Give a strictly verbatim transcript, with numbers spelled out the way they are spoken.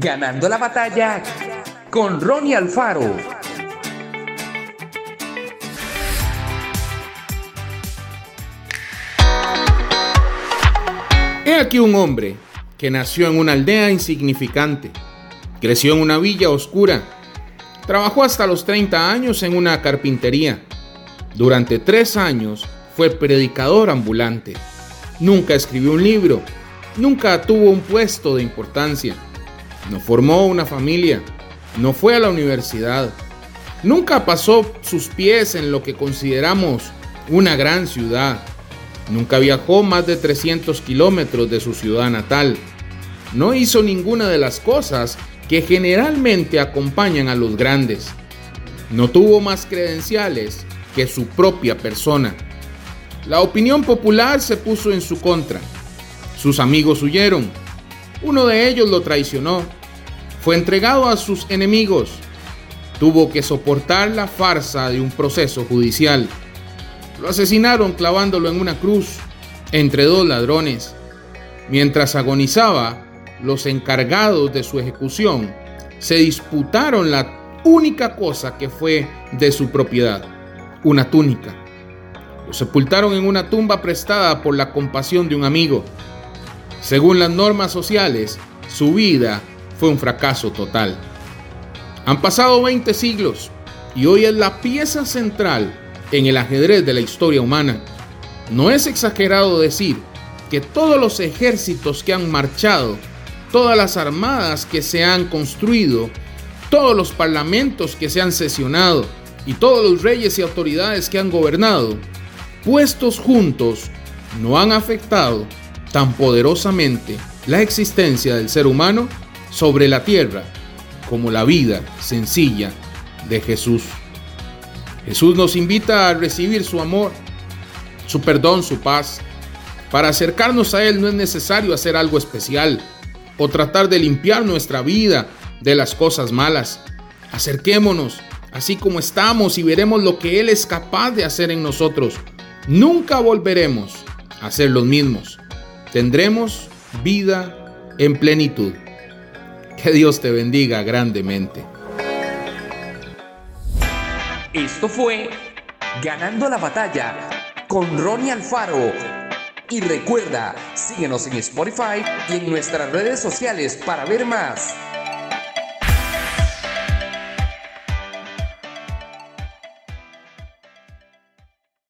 Ganando la batalla con Ronnie Alfaro. He aquí un hombre que nació en una aldea insignificante, creció en una villa oscura, trabajó hasta los treinta años en una carpintería. Durante tres años fue predicador ambulante. Nunca escribió un libro, nunca tuvo un puesto de importancia, no formó una familia, no fue a la universidad, nunca pasó sus pies en lo que consideramos una gran ciudad, nunca viajó más de trescientos kilómetros de su ciudad natal, no hizo ninguna de las cosas que generalmente acompañan a los grandes, no tuvo más credenciales que su propia persona. La opinión popular se puso en su contra. Sus amigos huyeron. Uno de ellos lo traicionó. Fue entregado a sus enemigos. Tuvo que soportar la farsa de un proceso judicial. Lo asesinaron clavándolo en una cruz entre dos ladrones. Mientras agonizaba, los encargados de su ejecución se disputaron la única cosa que fue de su propiedad, una túnica. Lo sepultaron en una tumba prestada por la compasión de un amigo. Según las normas sociales, su vida fue un fracaso total. Han pasado veinte siglos y hoy es la pieza central en el ajedrez de la historia humana. No es exagerado decir que todos los ejércitos que han marchado, todas las armadas que se han construido, todos los parlamentos que se han sesionado y todos los reyes y autoridades que han gobernado, puestos juntos, no han afectado tan poderosamente la existencia del ser humano sobre la tierra como la vida sencilla de Jesús. Jesús nos invita a recibir su amor, su perdón, su paz. Para acercarnos a Él no es necesario hacer algo especial o tratar de limpiar nuestra vida de las cosas malas. Acerquémonos así como estamos y veremos lo que Él es capaz de hacer en nosotros. Nunca volveremos a ser los mismos. Tendremos vida en plenitud. Que Dios te bendiga grandemente. Esto fue Ganando la batalla con Ronnie Alfaro. Y recuerda, síguenos en Spotify y en nuestras redes sociales para ver más.